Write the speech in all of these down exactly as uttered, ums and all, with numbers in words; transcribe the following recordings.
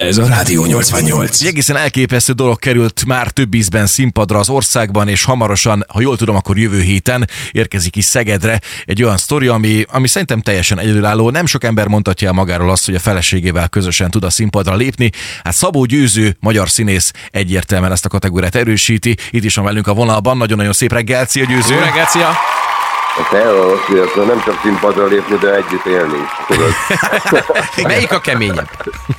Ez a Rádió nyolcvannyolc. Egy egészen elképesztő dolog került már több ízben színpadra az országban, és hamarosan, ha jól tudom, akkor jövő héten érkezik is Szegedre egy olyan sztori, ami, ami szerintem teljesen egyedülálló. Nem sok ember mondhatja el magáról azt, hogy a feleségével közösen tud a színpadra lépni. Hát Szabó Győző, magyar színész egyértelműen ezt a kategóriát erősíti. Itt is van velünk a vonalban. Nagyon-nagyon szép reggel, szia Győző! Jó reggel, szia! Hello, nem csak színpadra lépni, de együtt élni. Melyik a keményebb?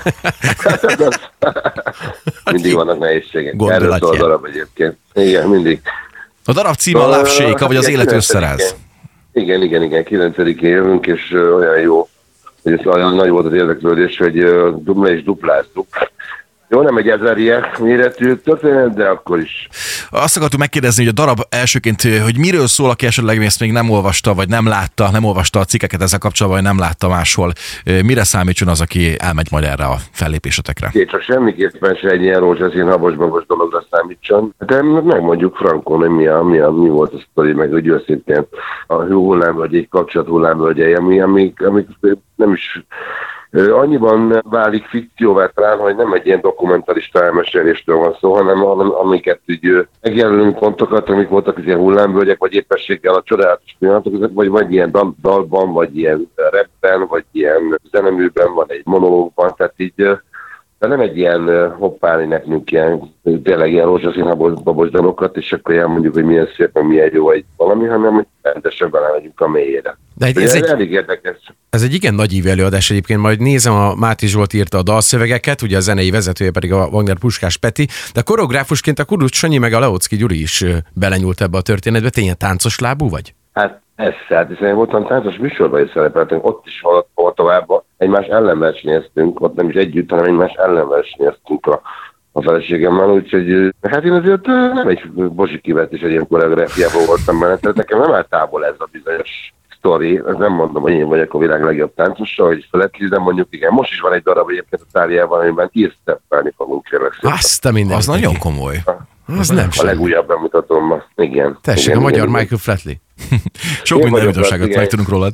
Mindig vannak nehézségek. Gondolatja. Erről szól a darab egyébként. Igen, mindig. A darab címe a Love Shake, vagy az Élet összeráz. Igen, igen, igen, kilencedikén jövünk, és olyan jó, hogy ez olyan nagy volt az érdeklődés, hogy le is dupláztuk. Jó, nem egy ezerje méretű történet, de akkor is. Azt akartuk megkérdezni, hogy a darab elsőként, hogy miről szól, aki esetleg ezt még nem olvasta, vagy nem látta, nem olvasta a cikkeket ezzel kapcsolatban, vagy nem látta máshol. Mire számítson az, aki elmegy majd erre a fellépésetekre? Két, csak semmiképpen se egy ilyen rózsaszín habos-babos dologra számítson. De megmondjuk frankon, hogy mi, a, mi, a, mi volt a sztori, meg hogy őszintén a hullámvölgyék, kapcsolat hullámvölgyei, ami, amik, amik nem is... Annyiban válik fikcióvá talán, hogy nem egy ilyen dokumentarista elmeséléstől van szó, hanem amiket így megjelölünk pontokat, amik voltak az ilyen hullámvölgyek, vagy éppességgel a csodálatos pillanatok, vagy, vagy ilyen dal, dalban, vagy ilyen rapben, vagy ilyen zeneműben, van egy monológban, tehát így de nem egy ilyen hoppálni nekünk ilyen, tényleg ilyen rózsaszín babos dalokat, és akkor elmondjuk, hogy milyen szépen, milyen jó egy valami, hanem hogy rendesen belemegyünk a mélyére. De ez, ez egy, elég érdekes. Ez egy igen nagy ívű előadás egyébként, majd nézem, a Máté Zsolt írta a dalszövegeket, ugye a zenei vezetője pedig a Wagner Puskás Peti, de a koreográfusként a Kuruc Sanyi meg a Leocki Gyuri is belenyúlt ebbe a történetbe. Te ilyen táncos lábú vagy? Hát ez, hát hiszen voltam táncos műsorban is szerepeltünk, ott is hol tovább, egymás ellen versenyeztünk, ott nem is együtt, hanem egymás ellen versenyeztünk a, a feleségemmel, úgyhogy hát én azért nem egy bozsikivet is egy ilyen koreográfiában voltam benne, tehát nekem nem áll távol ez a bizonyos sztori, nem mondom, hogy én vagyok a világ legjobb táncosa, hogy feletli, de mondjuk igen, most is van egy darab egyébként a Táliában, amiben ír-steppelni fogunk kérlek szépen. Azt a minden. Az nagyon komoly. Az nem a legújabb bemutatom ma. Igen. Tessék, igen, a magyar igen, Michael Flatley. Sok minden újdonságot megtudunk rólad.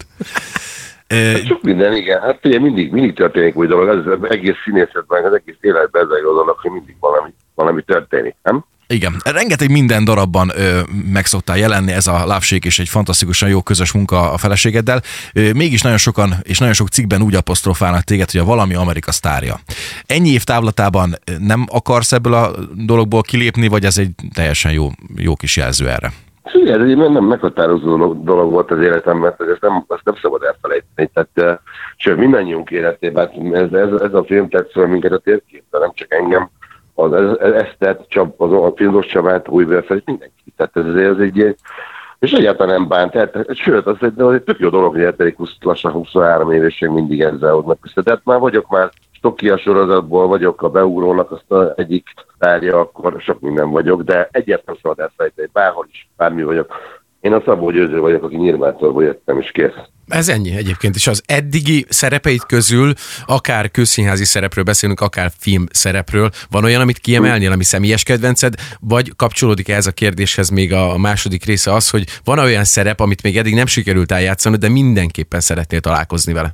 Sok minden, igen. Hát ugye mindig, mindig történik új dolog. Az egész színészetben, az egész életben ezzel gondolnak, hogy mindig valami, valami történik, nem? Igen, rengeteg minden darabban ö, meg szoktál jelenni, ez a Love Shake és egy fantasztikusan jó közös munka a feleségeddel. Ö, mégis nagyon sokan és nagyon sok cikkben úgy apostrofálnak téged, hogy a valami Amerika sztárja. Ennyi év távlatában nem akarsz ebből a dologból kilépni, vagy ez egy teljesen jó, jó kis jelző erre? Igen, ez egy nem meghatározó dolog volt az életemben, ezt nem, ezt nem szabad elfelejteni. Tehát, sőt, mindannyiunk életében, ez, ez, ez a film tett fel minket a térképben, nem csak engem. Az, ez, ezt tett Csab, az, a Filmos Csabát, Újbőrfel, mindenki. Tehát ez, ez egy, és egyáltalán nem bánt. Tehát, sőt, az egy, az egy tök jó dolog, hogy eltelik lassan huszonhárom évesen mindig ezzel ott össze. Tehát már vagyok már Stokia sorozatból, vagyok a Beugrónak azt az egyik tárja, akkor sok minden vagyok, de egyáltalán szabad elfelejteni, bárhol is, bármi vagyok. Én a Szabó Győző vagyok, aki Nyírmátorból jöttem, és kész. Ez ennyi egyébként, és az eddigi szerepeit közül, akár közszínházi szerepről beszélünk, akár film szerepről, van olyan, amit kiemelnél, ami személyes kedvenced, vagy kapcsolódik ehhez a kérdéshez még a második része az, hogy van olyan szerep, amit még eddig nem sikerült eljátszani, de mindenképpen szeretnél találkozni vele?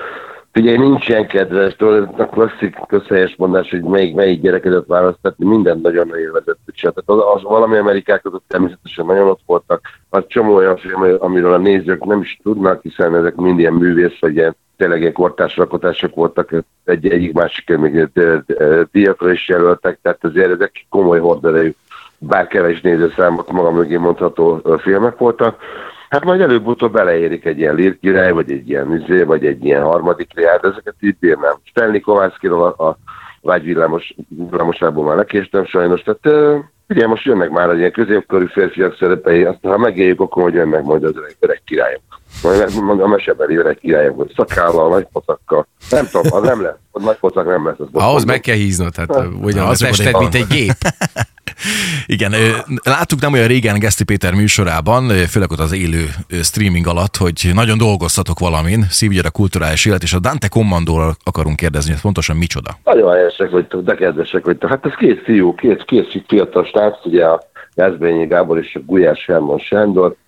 Ugye nincs ilyen kedves, a klasszik közhelyes mondás, hogy melyik, melyik gyerekedet választatni, mindent nagyon élvezett. Tehát az, az valami Amerikák között természetesen nagyon ott voltak. Az csomó olyan film, amiről a nézők nem is tudnak, hiszen ezek mind ilyen művész, vagy ilyen tényleg ilyen kortárs alkotások voltak, egy, egyik másik még díjakra is jelöltek, tehát azért ezek komoly horderejű, bár kevés nézőszámot maga mögé mondható filmek voltak. Hát majd előbb-utóbb beleérik egy ilyen lírkirály, vagy egy ilyen műzé, vagy egy ilyen harmadik riád, ezeket így bírnám. Stanley Kovácskiról a, a vágyvillamos villamosából már lekéstem sajnos, tehát uh, ugye most jönnek már az ilyen középkorú férfiak szerepei, aztán ha megéljük, akkor hogy jönnek majd az öreg, öreg királyok. Majd a mesebeli öreg királyok, vagy szakállal, nagy pocakkal. Nem tudom, az nem lesz, az nagy pocak nem lesz. Az ahhoz meg kell híznod, hát ugyanaz tested, mint egy gép. Igen, láttuk nem olyan régen Geszti Péter műsorában, főleg ott az élő streaming alatt, hogy nagyon dolgoztatok valamin, szívügyed a kulturális élet, és a Dante Commandóról akarunk kérdezni, hogy pontosan micsoda? Nagyon helyesek vagytok, de kedvesek vagytok. Hát ez két fiú, két, két fiatal srác, ugye a Jászbényi Gábor és a Gulyás Herman Sándor.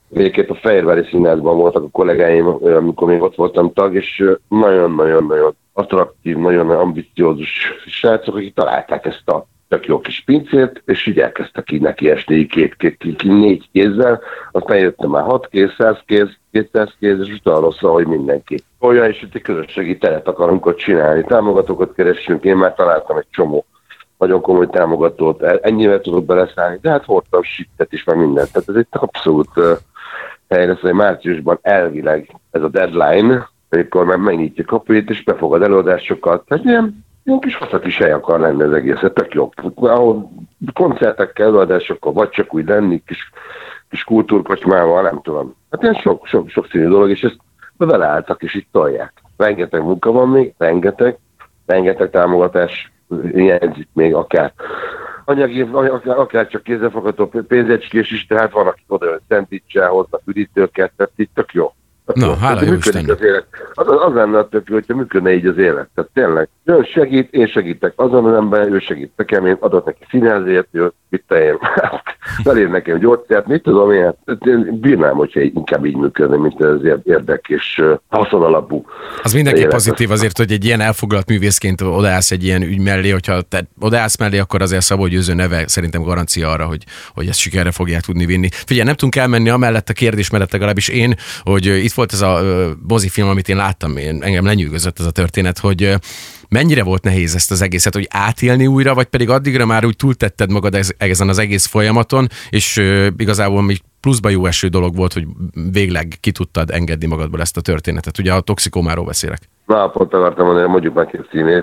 Végképp a Fehérvári Színházban voltak a kollégáim, amikor még ott voltam tag, és nagyon-nagyon-nagyon attraktív, nagyon ambiciózus srácok, akik találták ezt a tök jó kis pincét, és így elkezdtek így neki esni két, két, két, négy kézzel, aztán jöttem már hat kéz, száz kéz, kétszáz kéz, és utána rossz, hogy mindenki. Olyan is, hogy egy közösségi teret akarunk ott csinálni, támogatókat keressünk, én már találtam egy csomó nagyon komoly támogatót, ennyivel tudok beleszállni, de hát hordtam sittet is, meg mindent. Tehát ez egy abszolút uh, helyre, szóval márciusban elvileg ez a deadline, amikor már megnyitja kapuit, és befogad előadásokat. Tehát ilyen, ilyen kis faszat is hely akar lenni az egész, ez tök jó. Ahol koncertekkel, előadásokkal, vagy csak úgy lenni, kis, kis kultúrkocsmával, nem tudom. Hát ilyen sok, sok, sok színű dolog, és ezt beleálltak, és így tolják. Rengeteg munka van még, rengeteg, rengeteg támogatás hiányzik még akár anyagi, akár, akár csak kézzelfogható pénzecskés is, tehát van, akik oda jön szentítse, hoznak üdítőket, tehát itt tök jó. Na, hála jó Istennek. Az, az lenne a tök jó, hogyha működne így az élet. Tehát tényleg, ő segít, én segítek azon az ember, ő segít nekem, én adott neki színházért, ő mit én felér nekem gyógyszert, mit tudom én, én bírnám, hogyha inkább így működne, mint ez érdek és haszon alapú. Az mindenképp pozitív azért, hogy egy ilyen elfoglalt művészként odaállsz egy ilyen ügy mellé, hogyha te odaállsz mellé, akkor azért Szabó Győző neve szerintem garancia arra, hogy, hogy ezt sikerre fogják tudni vinni. Figyelj, nem tudunk elmenni amellett a kérdés mellett, legalábbis én, hogy itt volt ez a mozifilm, amit én láttam, én, engem lenyűgözött ez a történet, hogy mennyire volt nehéz ezt az egészet, hogy átélni újra, vagy pedig addigra már úgy túltetted magad ezen az egész folyamaton, és uh, igazából még pluszba jó eső dolog volt, hogy végleg ki tudtad engedni magadból ezt a történetet. Ugye a toxikómáról beszélek. Na, pont akartam mondani, mondjuk meg a színét.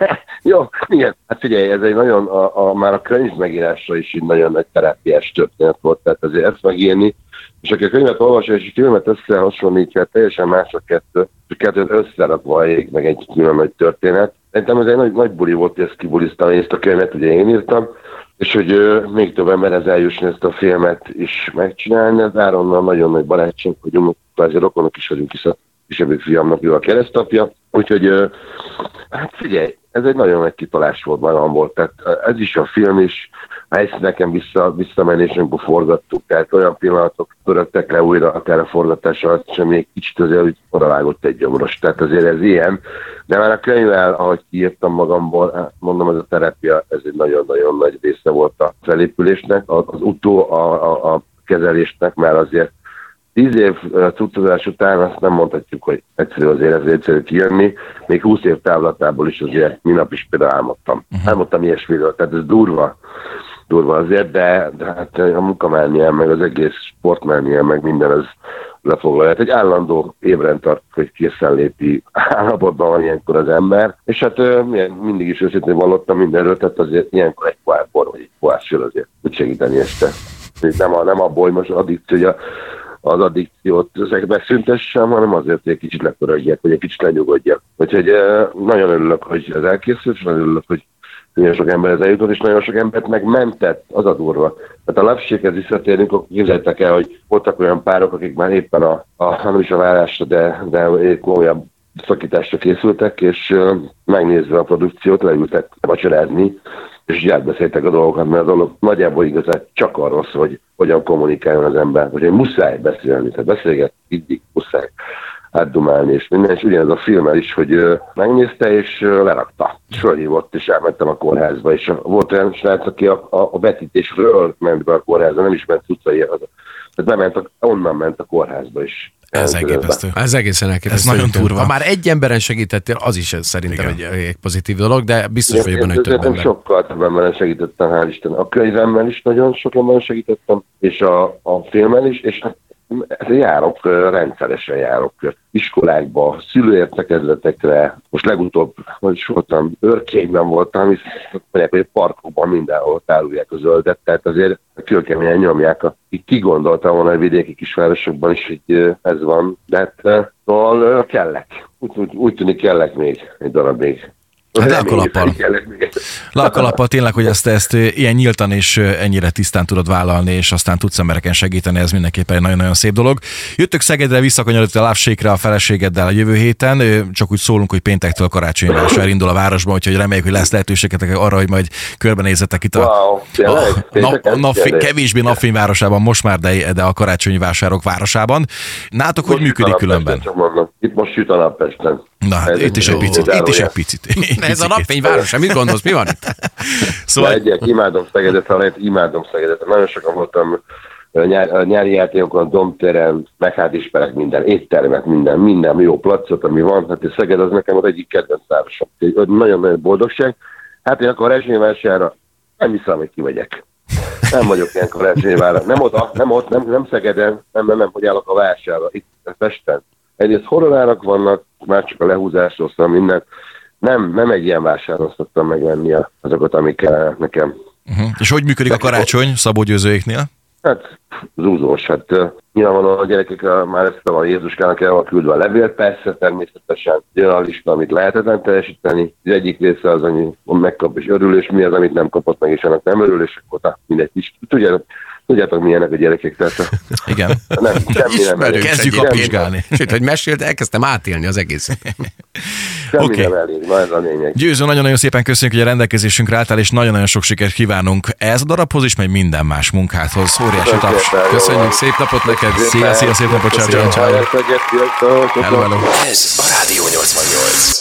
Jó, igen. Hát figyelj, ez egy nagyon, a, a, már a könyv megírásra is így nagyon nagy terápiás történet volt, tehát azért ezt megírni, és aki a könyvet olvasja, és a filmet összehasonlítja, teljesen más a kettő, és a kettőt összerakva ég meg egy külön nagy történet. Szerintem ez egy nagy, nagy buli volt, hogy ezt kibuliztam, ezt a könyvet ugye én írtam, és hogy ö, még több emberhez eljusni ezt a filmet is megcsinálni, ez Áronnal nagyon nagy barátság, hogy kvázi rokonok is vagyunk, hiszen kisebbik fiamnak ő a keresztapja, úgyhogy ö, hát figyelj, ez egy nagyon nagy kitalás volt magamból, tehát ez is a film is, a helyszíneken vissza, visszamenés, amikor forgattuk, tehát olyan pillanatok töröttek le újra, akár a forgatás alatt, sem még kicsit azért, hogy odavágott egy gyomros, tehát azért ez ilyen, de már a könyvvel, ahogy kiírtam magamból, mondom, ez a terápia, ez egy nagyon-nagyon nagy része volt a felépülésnek, az utó a, a, a kezelésnek, mert azért tíz év cuccozás után azt nem mondhatjuk, hogy egyszerű azért ez egyszerű kijönni, még húsz év távlatából is azért minap is például álmodtam. Uh-huh. Álmodtam ilyesmiről, tehát ez durva, durva azért, de, de hát a munkamániám, meg az egész sportmániám, meg minden az lefoglalja. Hát egy állandó ébren tart, hogy készenléti állapotban van ilyenkor az ember, és hát mindig is őszintén vallottam mindenről, tehát azért ilyenkor egy pohár bor, vagy egy pohár sör azért tud segíteni este. Nem, a, nem abból, hogy most addikció, hogy a az addikciót megszüntessem, hanem azért, hogy egy kicsit lepörögjek, vagy egy kicsit lenyugodjak. Úgyhogy nagyon örülök, hogy ez elkészült, és nagyon örülök, hogy nagyon sok emberhez eljutott, és nagyon sok embert megmentett, az a durva. Tehát a lapséghez visszatérünk, akkor képzeljétek el, hogy voltak olyan párok, akik már éppen a, a nem is a vállásra, de, de komolyabb szakításra készültek, és megnézve a produkciót, leültek vacsorázni, és így átbeszéltek a dolgokat, mert a dolog nagyjából igazán csak arról szól, hogy hogyan kommunikáljon az ember, hogy muszáj beszélni, tehát beszélget, így muszáj átdumálni, és minden, és ugyanez a filmmel is, hogy uh, megnézte, és uh, lerakta. És fölhívott, és elmentem a kórházba, és volt olyan srác, aki a, a, a vetítésről ment be a kórházba, nem is ment cuccai haza. Tehát bement, a, onnan ment a kórházba is. Ez elképesztő. Ez egészen elképesztő. Ez nagyon durva. Ha már egy emberen segítettél, az is szerintem egy, egy pozitív dolog, de biztos vagyok benne, hogy több ember. Sokkal több emberen segítettem, hál' Isten. A könyvemmel is nagyon sok emberen segítettem, és a, a filmmel is, és járok, rendszeresen járok iskolákba, szülőértekezletekre, most legutóbb, hogy is voltam, Örkényben voltam, és mondják, hogy parkokban mindenhol tárolják a zöldet, tehát azért kőkeményen nyomják, akik kigondoltam volna, hogy vidéki kisvárosokban is, hogy ez van, de hát szóval kellek, úgy, úgy, úgy tűnik kellek még egy darabig. Hát de a kalappal. Kellek még egy Lakalappal tényleg, hogy ezt, ezt ilyen nyíltan és ennyire tisztán tudod vállalni, és aztán tudsz embereken segíteni, ez mindenképpen egy nagyon-nagyon szép dolog. Jöttök Szegedre, visszakanyarodott a Love Shake-re a feleségeddel a jövő héten, csak úgy szólunk, hogy péntektől karácsonyi vásár indul a városban, úgyhogy reméljük, hogy lesz lehetőségetek arra, hogy majd körbenézzetek itt a, wow, a, nap, a napfény, kevésbé napfényvárosában, most már, de, de a karácsonyi vásárok városában. Nátok, hogy működik különben? Itt most süt a nap Pesten. Na, hát itt is egy picit. Itt is egy picit. Ez a napfényváros, mit gondolsz, mi van itt? Szóval egyek, imádom Szegedet, ha lehet, imádom Szegedet. Nagyon sokan voltam nyár, nyári játékokon, Domtéren, meg hát ismerek minden, éttermet, minden, minden jó placot, ami van. Hát a Szeged az nekem az egyik kedvenc városom. Nagyon-nagyon boldogság. Hát én a karácsonyvásárra nem hiszem, hogy kimegyek. Nem vagyok ilyen karácsonyvára. Nem oda, nem ott, nem, nem Szegeden, nem, nem, nem, hogy állok a vásárra. Itt Pesten. Egyrészt horrorárak vannak, már csak a lehúzásról szól minden. Nem, nem egy ilyen vásáron szoktam megvenni azokat, amik kellene nekem. Uh-huh. És hogy működik a karácsony Szabó Győzőéknél? Hát zúzós. Hát uh, nyilvánvalóan a gyerekek uh, már ezt a Jézuskának el van küldve a levél, persze természetesen jön a lista, amit lehetetlen teljesíteni. Az egyik része az, ami megkap és örül, és mi az, amit nem kapott meg, és annak nem örül, és akkor mindegy is. Tudjátok, tudjátok milyenek a gyerekek, tehát igen. Nem, semmi nem elég. Kezdjük apizsgálni. Sőt, hogy mesélt, elkezdtem átélni az egészet. Semmi okay. nem elég, na ez a lényeg. Győző, nagyon-nagyon szépen köszönjük, hogy a rendelkezésünkre álltál, és nagyon-nagyon sok sikert kívánunk ez a darabhoz is, meg minden más munkádhoz. Óriási taps. Köszönjük, szép napot neked. Szia, szia, szép napot, ciao, ciao. Hello, hello. Ez a Rádió nyolcvannyolc.